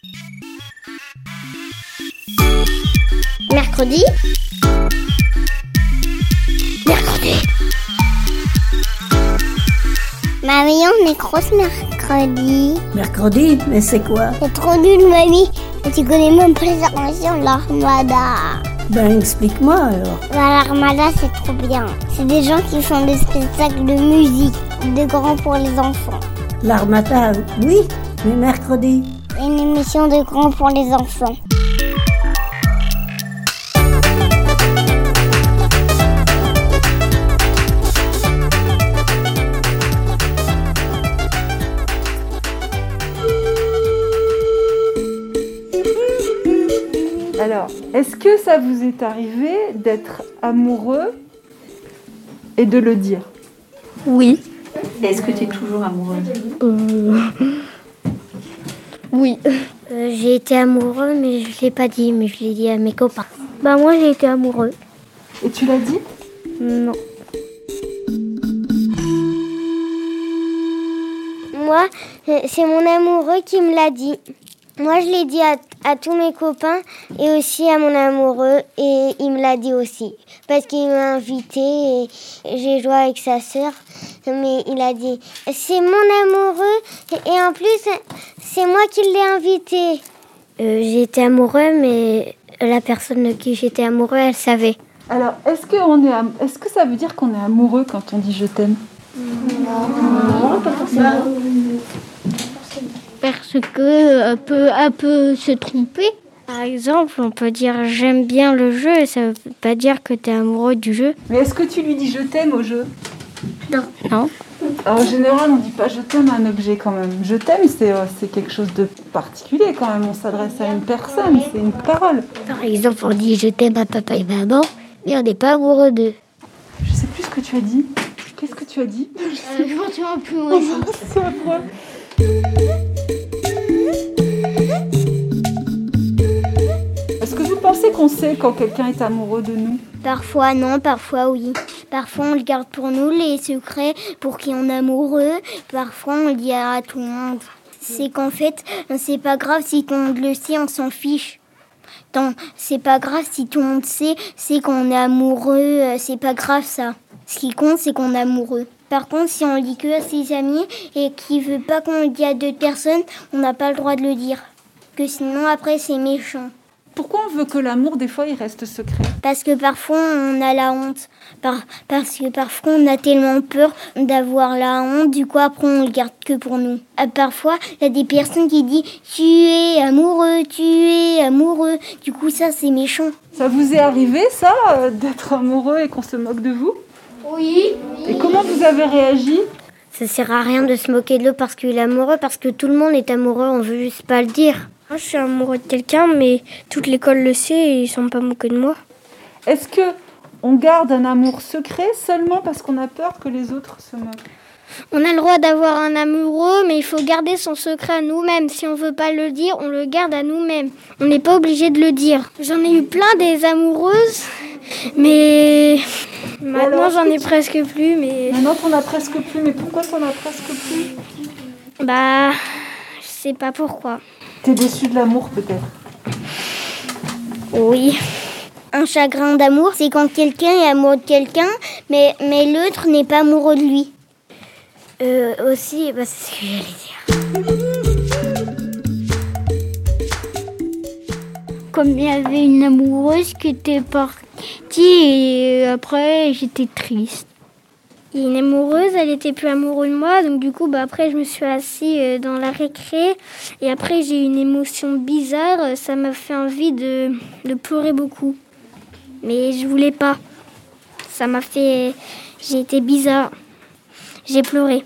Mercredi. Mamie, on est grosse mercredi. Mercredi? Mais c'est quoi? C'est trop nul, mamie. Tu connais même pas les armations de l'Armada. Ben, explique-moi alors. L'Armada, c'est trop bien. C'est des gens qui font des spectacles de musique, de grands pour les enfants. L'Armada, oui, mais mercredi? C'est une émission de grands pour les enfants. Alors, est-ce que ça vous est arrivé d'être amoureux et de le dire? Oui. Est-ce que tu es toujours amoureuse? Oui. J'ai été amoureux, mais je ne l'ai pas dit, mais je l'ai dit à mes copains. Moi j'ai été amoureux. Et tu l'as dit? Non. Moi, c'est mon amoureux qui me l'a dit. Moi, je l'ai dit à tous mes copains et aussi à mon amoureux, et il me l'a dit aussi. Parce qu'il m'a invité et j'ai joué avec sa sœur, mais il a dit « C'est mon amoureux et en plus, c'est moi qui l'ai invité. » J'ai été amoureux, mais la personne de qui j'étais amoureux, elle savait. Alors, est-ce que ça veut dire qu'on est amoureux quand on dit « je t'aime » ? Non, pas forcément. Parce que elle peut se tromper. Par exemple, on peut dire j'aime bien le jeu, ça veut pas dire que tu es amoureux du jeu. Mais est-ce que tu lui dis « je t'aime » au jeu ? Non. Alors, en général, on dit pas « je t'aime » à un objet quand même. « Je t'aime », c'est quelque chose de particulier quand même. On s'adresse à une personne, c'est une parole. Par exemple, on dit je t'aime à papa et maman, mais on n'est pas amoureux d'eux. Je sais plus ce que tu as dit. Qu'est-ce que tu as dit ? Je m'en souviens plus moi aussi. C'est affreux. Est-ce que vous pensez qu'on sait quand quelqu'un est amoureux de nous ? Parfois non, parfois oui. Parfois on le garde pour nous, les secrets, pour qui on est amoureux. Parfois on le dit à tout le monde. C'est qu'en fait, c'est pas grave si tout le monde le sait, on s'en fiche. C'est pas grave si tout le monde sait, c'est qu'on est amoureux, c'est pas grave ça. Ce qui compte, c'est qu'on est amoureux. Par contre, si on le dit que à ses amis et qu'il veut pas qu'on le dise à d'autres personnes, on n'a pas le droit de le dire. Que sinon, après, c'est méchant. Pourquoi on veut que l'amour, des fois, il reste secret ? Parce que parfois, on a la honte. Parce que parfois, on a tellement peur d'avoir la honte. Du coup, après, on le garde que pour nous. Parfois, il y a des personnes qui disent « Tu es amoureux, tu es amoureux ». Du coup, ça, c'est méchant. Ça vous est arrivé, ça, d'être amoureux et qu'on se moque de vous ? Oui. Et comment vous avez réagi ? Ça sert à rien de se moquer de l'autre parce qu'il est amoureux, parce que tout le monde est amoureux, on veut juste pas le dire. Moi, je suis amoureux de quelqu'un, mais toute l'école le sait et ils sont pas moqués de moi. Est-ce que on garde un amour secret seulement parce qu'on a peur que les autres se moquent ? On a le droit d'avoir un amoureux, mais il faut garder son secret à nous-mêmes. Si on veut pas le dire, on le garde à nous-mêmes. On n'est pas obligé de le dire. J'en ai eu plein des amoureuses, mais maintenant j'en ai presque plus. Mais Maintenant t'en as presque plus, mais pourquoi t'en as presque plus ? Je sais pas pourquoi. T'es déçue de l'amour peut-être ? Oui. Un chagrin d'amour, c'est quand quelqu'un est amoureux de quelqu'un, mais l'autre n'est pas amoureux de lui. Aussi, c'est ce que j'allais dire. Comme il y avait une amoureuse qui était partie et après j'étais triste. Et une amoureuse, elle était plus amoureuse de moi, donc du coup après je me suis assise dans la récré et après j'ai eu une émotion bizarre, ça m'a fait envie de pleurer beaucoup. Mais je voulais pas. J'ai été bizarre. J'ai pleuré.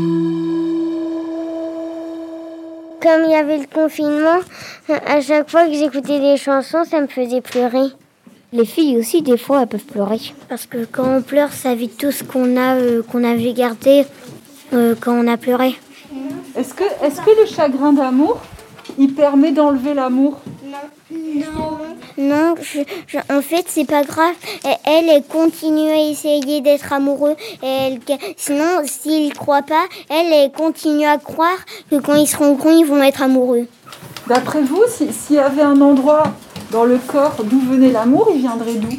Comme il y avait le confinement, à chaque fois que j'écoutais des chansons, ça me faisait pleurer. Les filles aussi, des fois, elles peuvent pleurer. Parce que quand on pleure, ça vide tout ce qu'on avait gardé quand on a pleuré. Est-ce que le chagrin d'amour, il permet d'enlever l'amour ? Non, en fait, c'est pas grave. Elle continue à essayer d'être amoureuse. Sinon, s'ils croient pas, elle continue à croire que quand ils seront grands, ils vont être amoureux. D'après vous, s'il y avait un endroit dans le corps d'où venait l'amour, il viendrait d'où?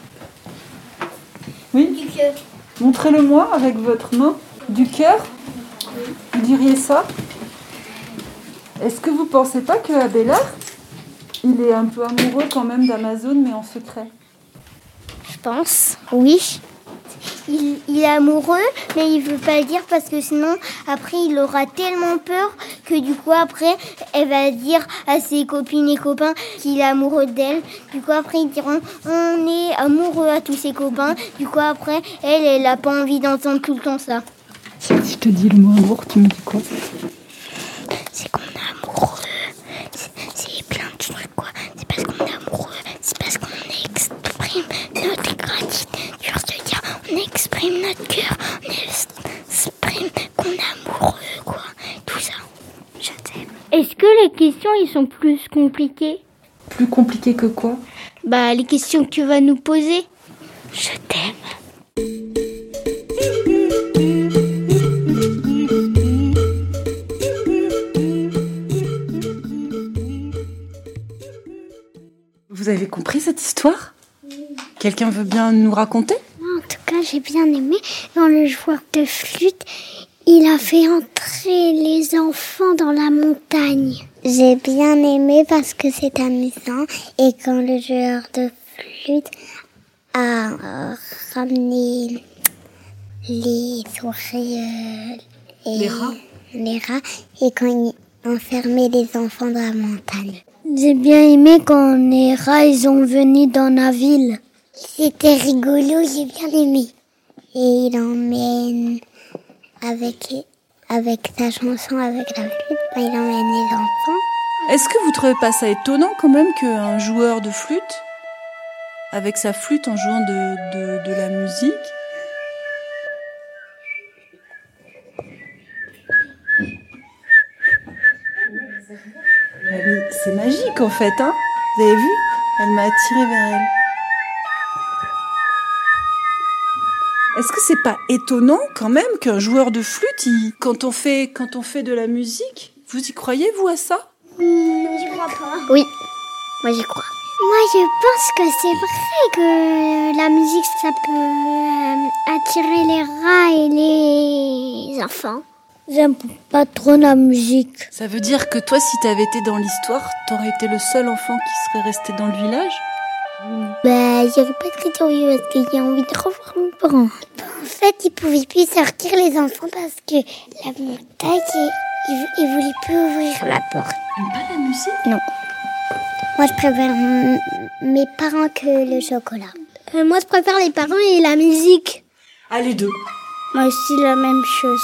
Oui? Du cœur. Montrez-le-moi avec votre main. Du cœur? Vous diriez ça? Est-ce que vous ne pensez pas que Abélard, il est un peu amoureux quand même d'Amazone, mais en secret? Je pense. Oui. Il est amoureux, mais il veut pas le dire parce que sinon, après, il aura tellement peur que du coup, après, elle va dire à ses copines et copains qu'il est amoureux d'elle. Du coup, après, ils diront on est amoureux à tous ses copains. Du coup, après, elle a pas envie d'entendre tout le temps ça. Si je te dis le mot amour, tu me dis quoi? C'est qu'on est amoureux. C'est plein de trucs, quoi. C'est parce qu'on est amoureux. C'est parce qu'on exprime notre gratitude. Tu vas te dire, on exprime notre cœur. On exprime qu'on est amoureux, quoi. Tout ça. Je t'aime. Est-ce que les questions, ils sont plus compliquées? Plus compliqué que quoi? Bah, les questions que tu vas nous poser. Je t'aime. Vous avez compris cette histoire? Quelqu'un veut bien nous raconter? En tout cas, j'ai bien aimé. Dans le joueur de flûte, il a fait entrer les enfants dans la montagne. J'ai bien aimé parce que c'est amusant. Et quand le joueur de flûte a ramené les souris, Les rats? Les rats, et quand il enfermait les enfants dans la montagne. J'ai bien aimé quand les rats ils ont venu dans la ville. C'était rigolo, j'ai bien aimé. Et il emmène avec sa chanson, avec la flûte, il emmène les enfants. Est-ce que vous trouvez pas ça étonnant quand même qu'un joueur de flûte, avec sa flûte en jouant de la musique, c'est magique en fait, hein? Vous avez vu? Elle m'a attirée vers elle. Est-ce que c'est pas étonnant quand même qu'un joueur de flûte, quand on fait de la musique, vous y croyez vous à ça? J'y crois pas. Oui, moi j'y crois. Moi je pense que c'est vrai que la musique ça peut attirer les rats et les enfants. J'aime pas trop la musique. Ça veut dire que toi, si t'avais été dans l'histoire, t'aurais été le seul enfant qui serait resté dans le village? J'aurais pas très curieux parce qu'il y a envie de revoir mes parents. En fait, ils pouvaient plus sortir les enfants parce que la montagne, ils voulaient plus ouvrir la porte. Pas la musique? Non. Moi, je préfère mes parents que le chocolat. Moi, je préfère les parents et la musique. Ah, les deux. Moi aussi, la même chose.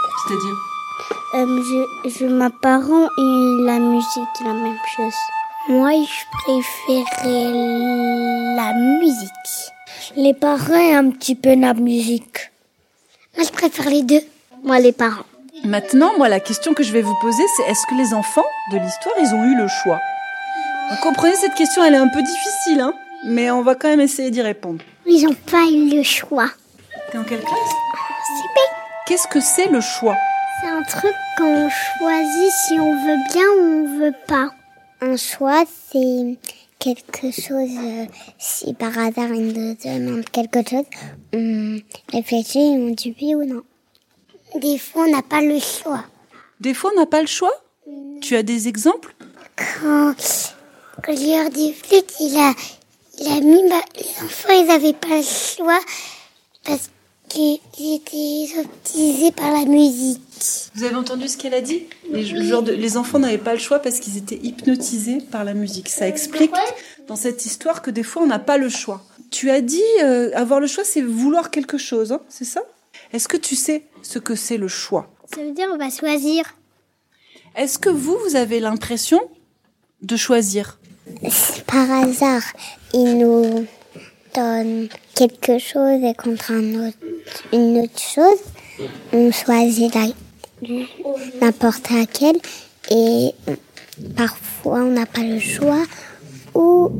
C'est-à-dire? Mes parents et la musique, la même chose. Moi, je préférais la musique. Les parents et un petit peu la musique. Moi, je préfère les deux. Moi, les parents. Maintenant, moi, la question que je vais vous poser, c'est est-ce que les enfants de l'histoire, ils ont eu le choix? Vous comprenez, cette question, elle est un peu difficile, hein? Mais on va quand même essayer d'y répondre. Ils n'ont pas eu le choix. T'es en quelle classe? C'est bien. Qu'est-ce que c'est le choix? C'est un truc qu'on choisit si on veut bien ou on veut pas. Un choix, c'est quelque chose, si par hasard il nous demande quelque chose, on réfléchit et on dit oui ou non. Des fois, on n'a pas le choix. Des fois, on n'a pas le choix? Tu as des exemples? Quand le joueur des flûtes, il a mis, les enfants, ils n'avaient pas le choix parce qu'ils étaient hypnotisés par la musique. Vous avez entendu ce qu'elle a dit? Les enfants n'avaient pas le choix parce qu'ils étaient hypnotisés par la musique. Ça explique dans cette histoire que des fois, on n'a pas le choix. Tu as dit avoir le choix, c'est vouloir quelque chose, hein, c'est ça? Est-ce que tu sais ce que c'est le choix? Ça veut dire on va choisir. Est-ce que vous avez l'impression de choisir? Si par hasard, il nous donne quelque chose et contre une autre chose, on choisit n'importe laquelle et parfois on n'a pas le choix ou...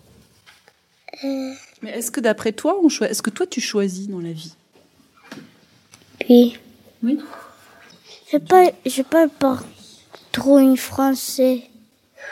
Mais est-ce que d'après toi, est-ce que toi tu choisis dans la vie? Oui. Oui. Je parle pas trop en français.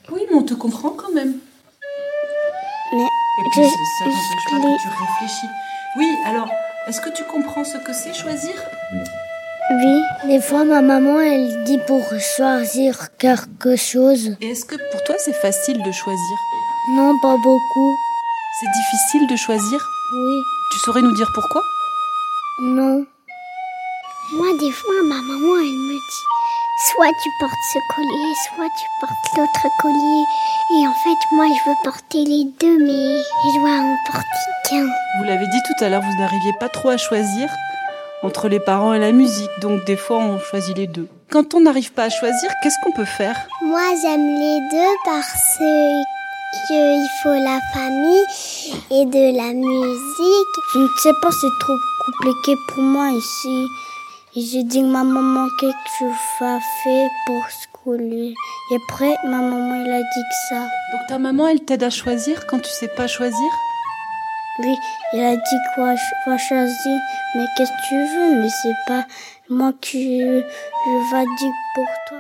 Oui, mais on te comprend quand même. Mais Et puis, ça n'empêche pas que tu réfléchis. Oui, alors, est-ce que tu comprends ce que c'est choisir ? oui, des fois ma maman elle dit pour choisir quelque chose. Et est-ce que pour toi c'est facile de choisir ? Non, pas beaucoup. C'est difficile de choisir ? Oui, Tu saurais nous dire pourquoi ? non. Moi, des fois, ma maman, elle me dit soit tu portes ce collier, soit tu portes l'autre collier. Et en fait, moi, je veux porter les deux, mais je dois en porter qu'un. Vous l'avez dit tout à l'heure, vous n'arriviez pas trop à choisir entre les parents et la musique, donc des fois on choisit les deux. Quand on n'arrive pas à choisir, qu'est-ce qu'on peut faire ? Moi, j'aime les deux parce qu'il faut la famille et de la musique. Je ne sais pas, c'est trop compliqué pour moi ici. Et j'ai dit que ma maman quelque chose a fait pour ce collier. Et après, ma maman elle a dit que ça. Donc ta maman, elle t'aide à choisir quand tu sais pas choisir ? Oui, elle a dit quoi, je vais choisir. Mais qu'est-ce que tu veux? Mais c'est pas moi qui je vais dire pour toi.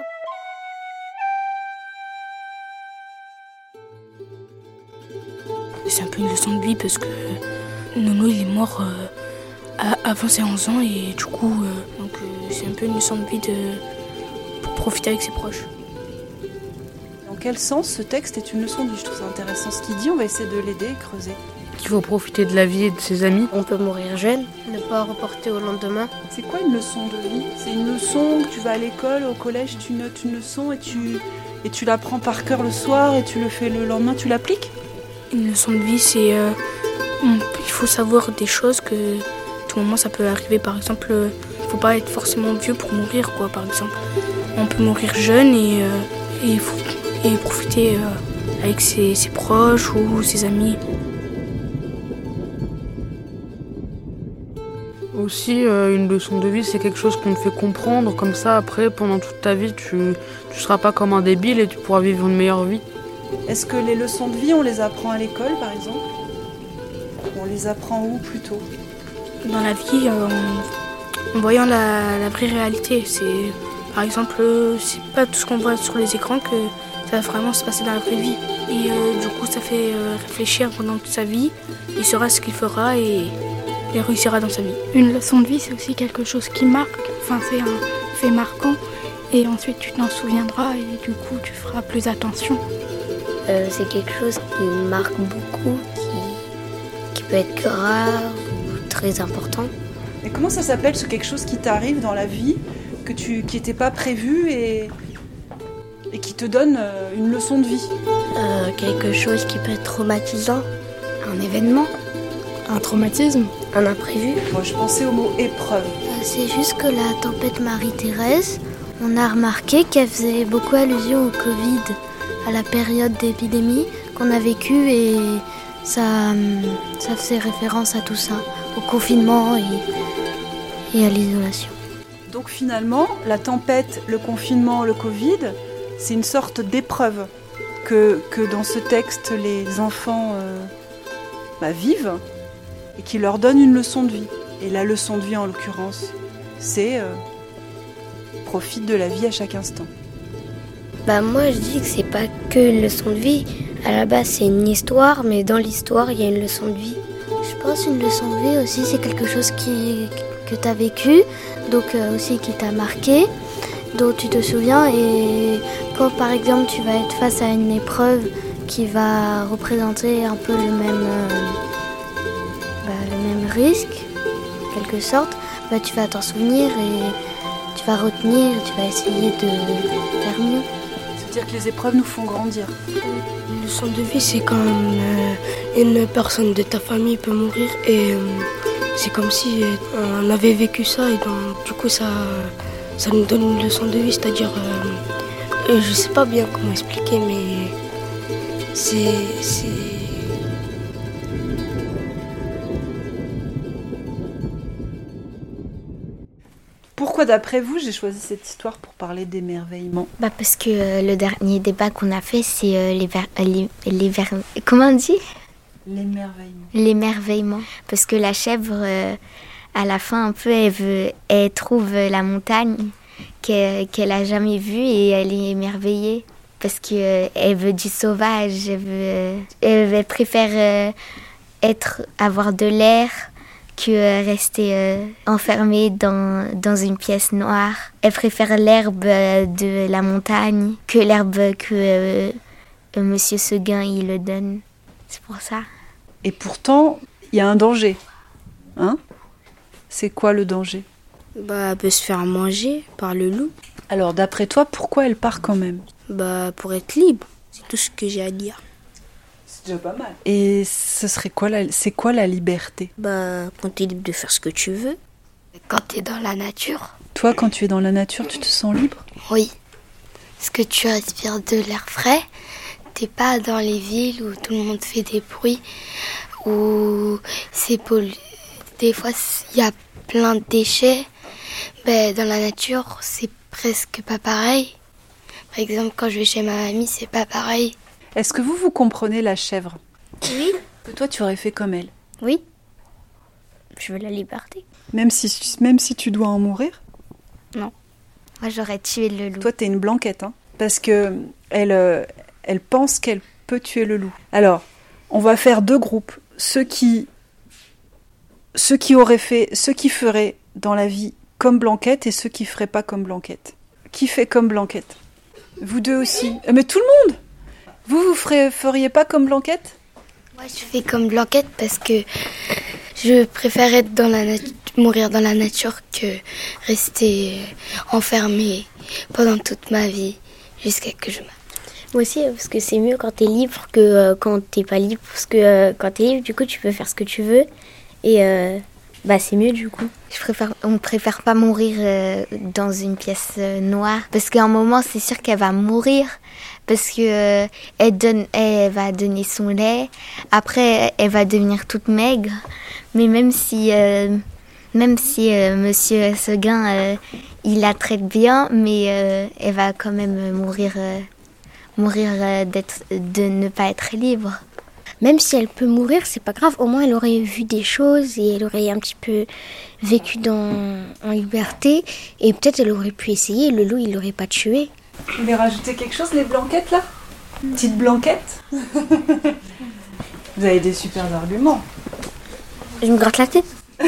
C'est un peu une leçon de vie parce que Nono il est mort avant ses 11 ans et du coup c'est un peu une leçon de vie pour profiter avec ses proches. Dans quel sens ce texte est une leçon de vie ? Je trouve ça intéressant ce qu'il dit, on va essayer de l'aider et creuser. Qu'il faut profiter de la vie et de ses amis. On peut mourir jeune, ne pas reporter au lendemain. C'est quoi une leçon de vie ? C'est une leçon que tu vas à l'école, au collège, tu notes une leçon et tu l'apprends par cœur le soir et tu le fais le lendemain, tu l'appliques ? Une leçon de vie, c'est il faut savoir des choses que tout moment ça peut arriver. Par exemple, il faut pas être forcément vieux pour mourir, quoi. Par exemple, on peut mourir jeune et profiter avec ses proches ou ses amis. Aussi, une leçon de vie, c'est quelque chose qu'on te fait comprendre. Comme ça, après, pendant toute ta vie, tu seras pas comme un débile et tu pourras vivre une meilleure vie. Est-ce que les leçons de vie, on les apprend à l'école, par exemple ? On les apprend où, plutôt ? Dans la vie, en voyant la vraie réalité. C'est, par exemple, c'est pas tout ce qu'on voit sur les écrans que ça va vraiment se passer dans la vraie vie. Et du coup, ça fait réfléchir pendant toute sa vie. Il saura ce qu'il fera et il réussira dans sa vie. Une leçon de vie, c'est aussi quelque chose qui marque. Enfin, c'est un fait marquant. Et ensuite, tu t'en souviendras et du coup, tu feras plus attention. C'est quelque chose qui marque beaucoup, qui peut être grave ou très important. Et comment ça s'appelle ce quelque chose qui t'arrive dans la vie, qui n'était pas prévu et qui te donne une leçon de vie ? Quelque chose qui peut être traumatisant, un événement, Un traumatisme. un imprévu. Moi, je pensais au mot épreuve. C'est juste que la tempête Marie-Thérèse, on a remarqué qu'elle faisait beaucoup allusion au Covid, à la période d'épidémie qu'on a vécue et ça faisait référence à tout ça, au confinement et à l'isolation. Donc finalement, la tempête, le confinement, le Covid, c'est une sorte d'épreuve que dans ce texte, les enfants vivent et qui leur donne une leçon de vie. Et la leçon de vie, en l'occurrence, c'est profite de la vie à chaque instant. Moi, je dis que c'est pas que une leçon de vie. À la base, c'est une histoire, mais dans l'histoire, il y a une leçon de vie. Je pense une leçon de vie aussi, c'est quelque chose que tu as vécu, donc aussi qui t'a marqué, dont tu te souviens. Et quand par exemple tu vas être face à une épreuve qui va représenter un peu le même risque, en quelque sorte, tu vas t'en souvenir et tu vas retenir, tu vas essayer de faire mieux. C'est-à-dire que les épreuves nous font grandir. Une leçon de vie, c'est quand une personne de ta famille peut mourir et c'est comme si on avait vécu ça et donc du coup ça nous donne une leçon de vie, c'est-à-dire je sais pas bien comment expliquer, mais c'est... Pourquoi, d'après vous, j'ai choisi cette histoire pour parler d'émerveillement ? Parce que le dernier débat qu'on a fait, c'est comment on dit ? L'émerveillement. L'émerveillement. Parce que la chèvre, à la fin, un peu, elle trouve la montagne qu'elle a jamais vue et elle est émerveillée. parce que elle veut du sauvage, elle préfère avoir de l'air que rester enfermée dans une pièce noire. Elle préfère l'herbe de la montagne que l'herbe que Monsieur Seguin il le donne. C'est pour ça. Et pourtant, il y a un danger. Hein ? C'est quoi le danger ? Elle peut se faire manger par le loup. Alors, d'après toi, pourquoi elle part quand même ? Pour être libre. C'est tout ce que j'ai à dire. C'est déjà pas mal. Et ce serait quoi c'est quoi la liberté ? Quand t'es libre de faire ce que tu veux. Quand t'es dans la nature. Toi, quand tu es dans la nature, tu te sens libre ? Oui. Parce que tu respires de l'air frais. T'es pas dans les villes où tout le monde fait des bruits, où c'est pollué. Des fois, il y a plein de déchets. Dans la nature, c'est presque pas pareil. Par exemple, quand je vais chez ma mamie, c'est pas pareil. Est-ce que vous comprenez la chèvre ? Oui. Que toi, tu aurais fait comme elle ? Oui. Je veux la liberté. Même si tu dois en mourir ? Non. Moi, j'aurais tué le loup. Toi, t'es une blanquette, hein ? Parce que elle pense qu'elle peut tuer le loup. Alors, on va faire 2 groupes. Ceux qui feraient dans la vie comme Blanquette et ceux qui feraient pas comme Blanquette. Qui fait comme Blanquette ? Vous 2 aussi. Mais tout le monde ! Vous feriez pas comme Blanquette ? Moi, je fais comme Blanquette parce que je préfère être mourir dans la nature que rester enfermée pendant toute ma vie jusqu'à que je meure. Moi aussi, parce que c'est mieux quand t'es libre que quand t'es pas libre. Parce que quand t'es libre, du coup, tu peux faire ce que tu veux. Et c'est mieux, du coup. On préfère pas mourir dans une pièce noire. Parce qu'à un moment, c'est sûr qu'elle va mourir. Parce que elle va donner son lait. Après, elle va devenir toute maigre. Mais même si Monsieur Seguin, il la traite bien, mais elle va quand même mourir de ne pas être libre. Même si elle peut mourir, c'est pas grave. Au moins, elle aurait vu des choses et elle aurait un petit peu vécu en liberté. Et peut-être elle aurait pu essayer. Le loup, il l'aurait pas tué. Vous voulez rajouter quelque chose, les blanquettes, là ? Petite blanquette. Vous avez des super arguments. Je me gratte la tête.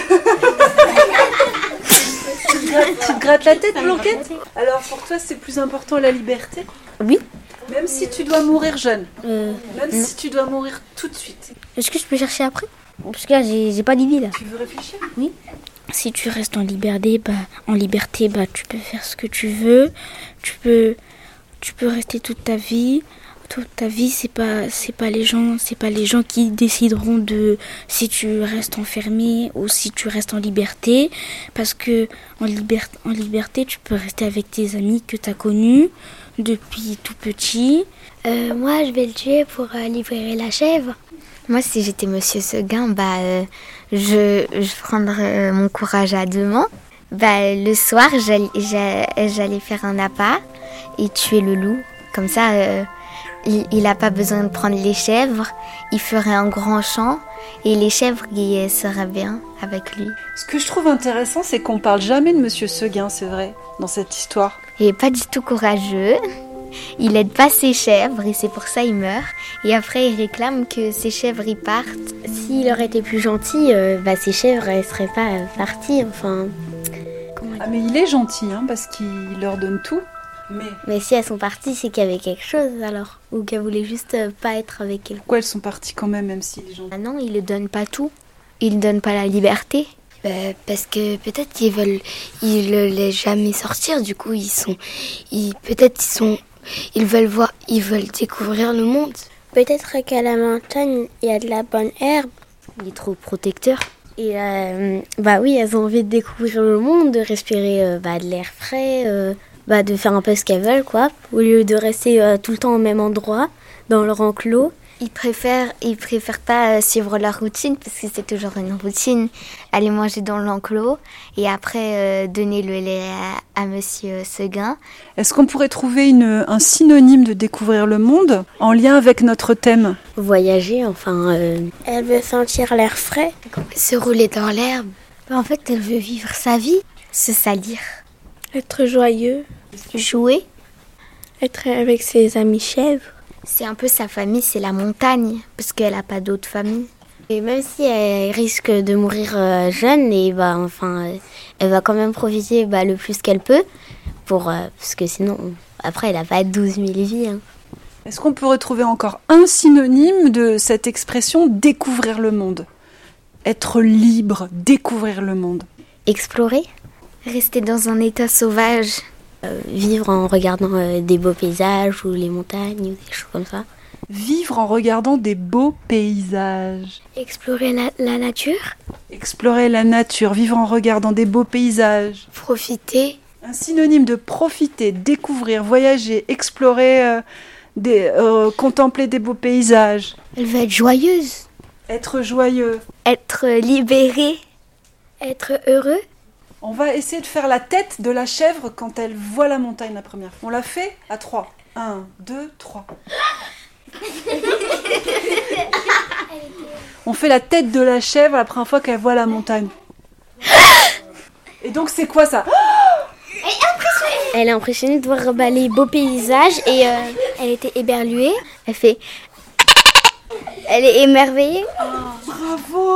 Tu te grattes la tête, Blanquette ? Alors, pour toi, c'est plus important la liberté ? Oui. Même si tu dois mourir jeune. Même si tu dois mourir tout de suite. Est-ce que je peux chercher après ? Parce que là, j'ai pas d'idée, là. Tu veux réfléchir ? Oui. Si tu restes en liberté, tu peux faire ce que tu veux. Tu peux rester toute ta vie. Toute ta vie, c'est pas les gens qui décideront de si tu restes enfermé ou si tu restes en liberté, parce que en liberté, tu peux rester avec tes amis que tu as connus depuis tout petit. Moi, je vais le tuer pour libérer la chèvre. Moi, si j'étais Monsieur Seguin, je prendrais mon courage à 2 mains. Le soir, j'allais faire un appât et tuer le loup. Comme ça, il n'a pas besoin de prendre les chèvres. Il ferait un grand champ et les chèvres seraient bien avec lui. Ce que je trouve intéressant, c'est qu'on parle jamais de Monsieur Seguin, c'est vrai, dans cette histoire. Il n'est pas du tout courageux. Il aide pas ses chèvres et c'est pour ça qu'il meurt. Et après, il réclame que ses chèvres y partent. S'il aurait été plus gentil, ses chèvres ne seraient pas parties. Enfin. Mais il est gentil, parce qu'il leur donne tout. Mais si elles sont parties, c'est qu'il y avait quelque chose alors. Ou qu'elles voulaient juste pas être avec elle. Pourquoi elles sont parties quand même si les gens... Ah non, il ne donne pas tout. Il ne donne pas la liberté. Parce que peut-être ils le laissent jamais sortir. Du coup, ils veulent découvrir le monde. Peut-être qu'à la montagne, il y a de la bonne herbe. Il est trop protecteur. Et oui, elles ont envie de découvrir le monde, de respirer de l'air frais, de faire un peu ce qu'elles veulent, quoi. Au lieu de rester tout le temps au même endroit, dans leur enclos. Ils préfèrent pas suivre leur routine parce que c'est toujours une routine. Aller manger dans l'enclos et après donner le lait à Monsieur Seguin. Est-ce qu'on pourrait trouver un synonyme de découvrir le monde en lien avec notre thème ? Voyager, enfin. Elle veut sentir l'air frais. Se rouler dans l'herbe. En fait, elle veut vivre sa vie. Se salir. Être joyeux. Jouer. Être avec ses amis chèvres. C'est un peu sa famille, c'est la montagne, parce qu'elle n'a pas d'autre famille. Et même si elle risque de mourir jeune, et elle va quand même profiter le plus qu'elle peut, parce que sinon, après, elle n'a pas 12 000 vies. Hein. Est-ce qu'on peut retrouver encore un synonyme de cette expression « découvrir le monde » ? Être libre, découvrir le monde. Explorer, rester dans un état sauvage, vivre en regardant des beaux paysages ou les montagnes ou des choses comme ça. Vivre en regardant des beaux paysages. Explorer la nature. Explorer la nature, vivre en regardant des beaux paysages. Profiter. Un synonyme de profiter, découvrir, voyager, explorer, contempler des beaux paysages. Elle va être joyeuse. Être joyeux. Être libéré. Être heureux. On va essayer de faire la tête de la chèvre quand elle voit la montagne la première fois. On la fait à 3. 1, 2, 3. On fait la tête de la chèvre la première fois qu'elle voit la montagne. Et donc c'est quoi ça ? Elle est impressionnée de voir les beaux paysages et elle était éberluée. Elle fait... Elle est émerveillée. Oh, bravo !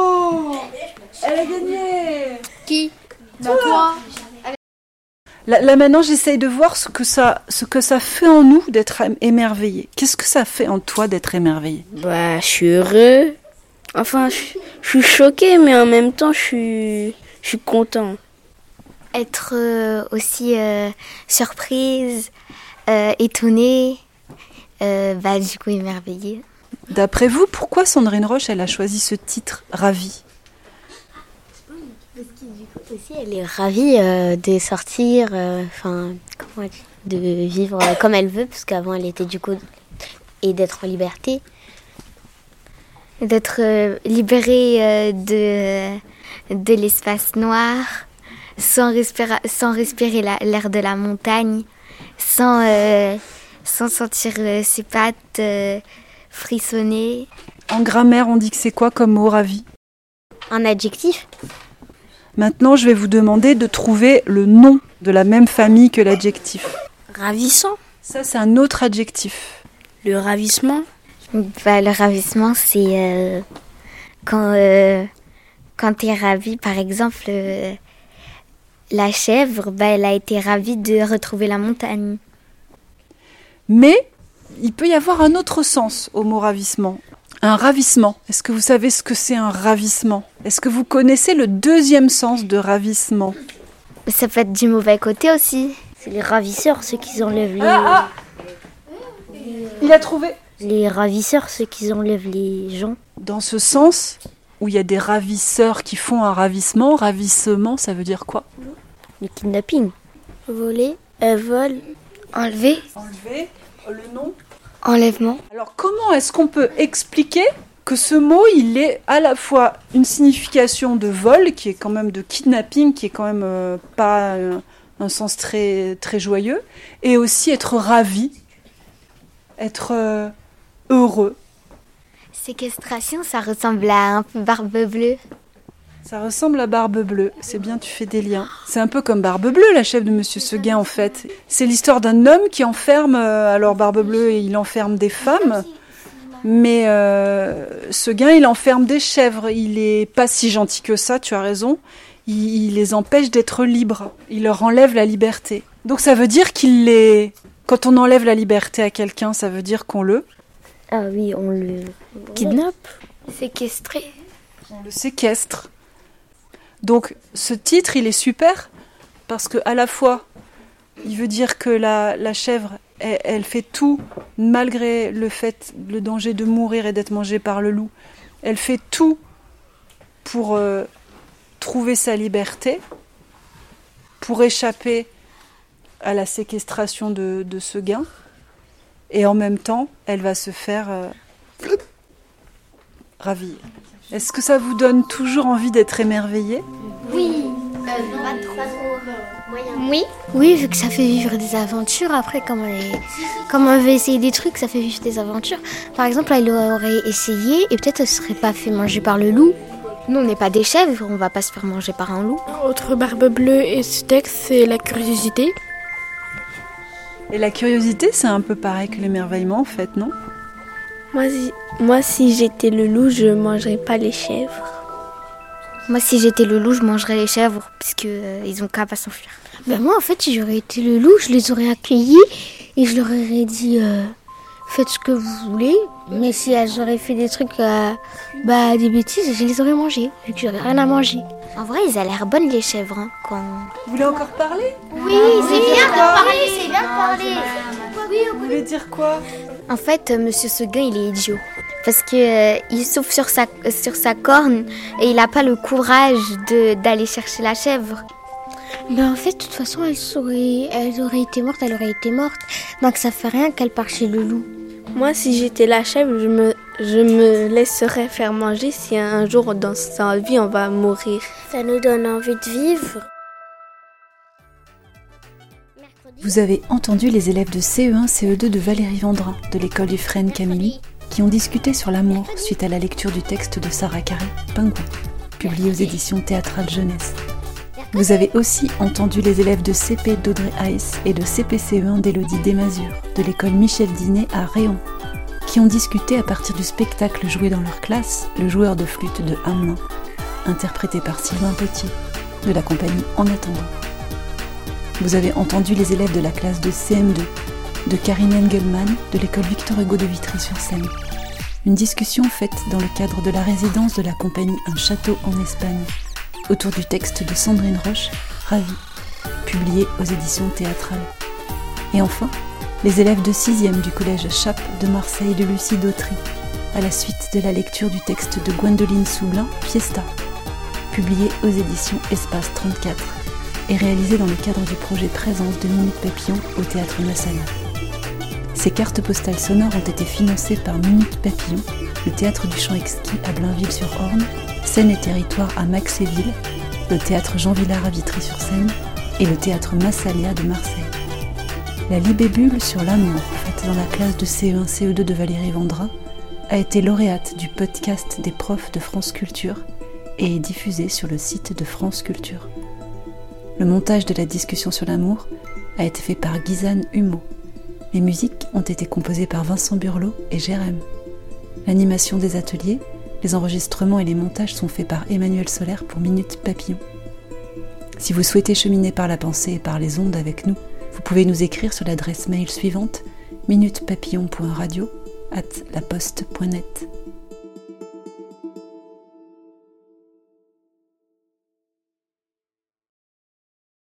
Elle a gagné. Qui ? Toi. Là maintenant, j'essaye de voir ce que ça fait en nous d'être émerveillé. Qu'est-ce que ça fait en toi d'être émerveillé ? Je suis heureux. Enfin, je suis choquée, mais en même temps, je suis content. Être aussi surprise, étonnée, du coup émerveillée. D'après vous, pourquoi Sandrine Roche, elle a choisi ce titre, Ravie ? Parce que du coup aussi, elle est ravie de sortir, de vivre comme elle veut, parce qu'avant elle était du coup, et d'être en liberté, d'être libérée de l'espace noir, sans respirer l'air de la montagne, sans sentir ses pattes frissonner. En grammaire, on dit que c'est quoi comme mot, ravie ? Un adjectif. Maintenant, je vais vous demander de trouver le nom de la même famille que l'adjectif. Ravissant. Ça, c'est un autre adjectif. Le ravissement. Le ravissement, c'est quand tu es ravie. Par exemple, la chèvre, elle a été ravie de retrouver la montagne. Mais il peut y avoir un autre sens au mot ravissement. Un ravissement. Est-ce que vous savez ce que c'est un ravissement ? Est-ce que vous connaissez le deuxième sens de ravissement ? Ça peut être du mauvais côté aussi. C'est les ravisseurs, ceux qui enlèvent Il a trouvé. Les ravisseurs, ceux qui enlèvent les gens. Dans ce sens où il y a des ravisseurs qui font un ravissement, ravissement, ça veut dire quoi ? Le kidnapping. Voler, vol, enlever. Enlever, le nom ? Enlèvement. Alors comment est-ce qu'on peut expliquer que ce mot, il est à la fois une signification de vol, qui est quand même de kidnapping, qui est quand même pas un sens très, très joyeux, et aussi être ravi, être heureux. Séquestration, ça ressemble à un peu Barbe Bleue. Ça ressemble à Barbe Bleue, c'est bien, tu fais des liens. C'est un peu comme Barbe Bleue, la chef de Monsieur Seguin en fait. C'est l'histoire d'un homme qui enferme, alors Barbe Bleue, il enferme des femmes, mais Seguin, il enferme des chèvres. Il est pas si gentil que ça, tu as raison. Il les empêche d'être libres, il leur enlève la liberté. Donc ça veut dire quand on enlève la liberté à quelqu'un, ça veut dire qu'on le... Ah oui, on le kidnappe. Séquestré. On le séquestre. Donc ce titre, il est super parce que à la fois, il veut dire que la chèvre, elle fait tout malgré le danger de mourir et d'être mangée par le loup. Elle fait tout pour trouver sa liberté, pour échapper à la séquestration de Seguin. Et en même temps, elle va se faire ravir. Est-ce que ça vous donne toujours envie d'être émerveillé ? Oui. Oui, vu que ça fait vivre des aventures. Après, comme on veut essayer des trucs, ça fait vivre des aventures. Par exemple, elle aurait essayé et peut-être elle ne serait pas fait manger par le loup. Nous, on n'est pas des chèvres, on va pas se faire manger par un loup. Autre Barbe Bleue et ce texte, c'est la curiosité. Et la curiosité, c'est un peu pareil que l'émerveillement, en fait, non ? Moi, si j'étais le loup, je mangerais pas les chèvres. Moi, si j'étais le loup, je mangerais les chèvres, puisqu'ils ont qu'à pas s'enfuir. Moi, en fait, si j'aurais été le loup, je les aurais accueillis et je leur aurais dit faites ce que vous voulez. Mais si elles auraient fait des trucs, des bêtises, je les aurais mangées, vu que j'aurais rien à manger. En vrai, ils ont l'air bonnes, les chèvres. Hein, quand... Vous voulez encore parler ? Oui, c'est bien de parler, c'est bien de parler. Vous voulez dire quoi ? En fait, Monsieur Seguin, il est idiot. Parce qu'il souffle sur sa corne et il n'a pas le courage d'aller chercher la chèvre. En fait, de toute façon, elle aurait été morte. Donc ça fait rien qu'elle part chez le loup. Moi, si j'étais la chèvre, je me laisserais faire manger si un jour dans sa vie on va mourir. Ça nous donne envie de vivre. Vous avez entendu les élèves de CE1, CE2 de Valérie Vendrin, de l'école du Frêne Camille, qui ont discuté sur l'amour suite à la lecture du texte de Sarah Carré, Pingouin, publié aux éditions Théâtrales Jeunesse. Vous avez aussi entendu les élèves de CP d'Audrey Heiss et de CPCE1 d'Élodie Desmazures, de l'école Michel Dinet à Réon, qui ont discuté à partir du spectacle joué dans leur classe, Le joueur de flûte de Hamelin, interprété par Sylvain Potier, de la compagnie En attendant. Vous avez entendu les élèves de la classe de CM2, de Karine Engelmann, de l'école Victor Hugo de Vitry-sur-Seine. Une discussion faite dans le cadre de la résidence de la compagnie Un château en Espagne, autour du texte de Sandrine Roche, Ravi, publié aux éditions Théâtrales. Et enfin, les élèves de 6e du collège Chappe de Marseille de Lucie Dautry, à la suite de la lecture du texte de Gwendoline Soublin, Fiesta, publié aux éditions Espace 34, et réalisé dans le cadre du projet Présence de Minute Papillon au Théâtre Massalia. Ces cartes postales sonores ont été financées par Minute Papillon, le Théâtre du Champ Exquis à Blainville-sur-Orne, Seine et Territoire à Maxéville, le Théâtre Jean Villard à Vitry-sur-Seine et le Théâtre Massalia de Marseille. La libellule sur l'amour, faite dans la classe de CE1, CE2 de Valérie Vendrin, a été lauréate du podcast des profs de France Culture et est diffusée sur le site de France Culture. Le montage de la discussion sur l'amour a été fait par Guyzane Humeau. Les musiques ont été composées par Vincent Burlot et Jérém. L'animation des ateliers, les enregistrements et les montages sont faits par Emmanuel Solaire pour Minute Papillon. Si vous souhaitez cheminer par la pensée et par les ondes avec nous, vous pouvez nous écrire sur l'adresse mail suivante minutepapillon.radio@laposte.net.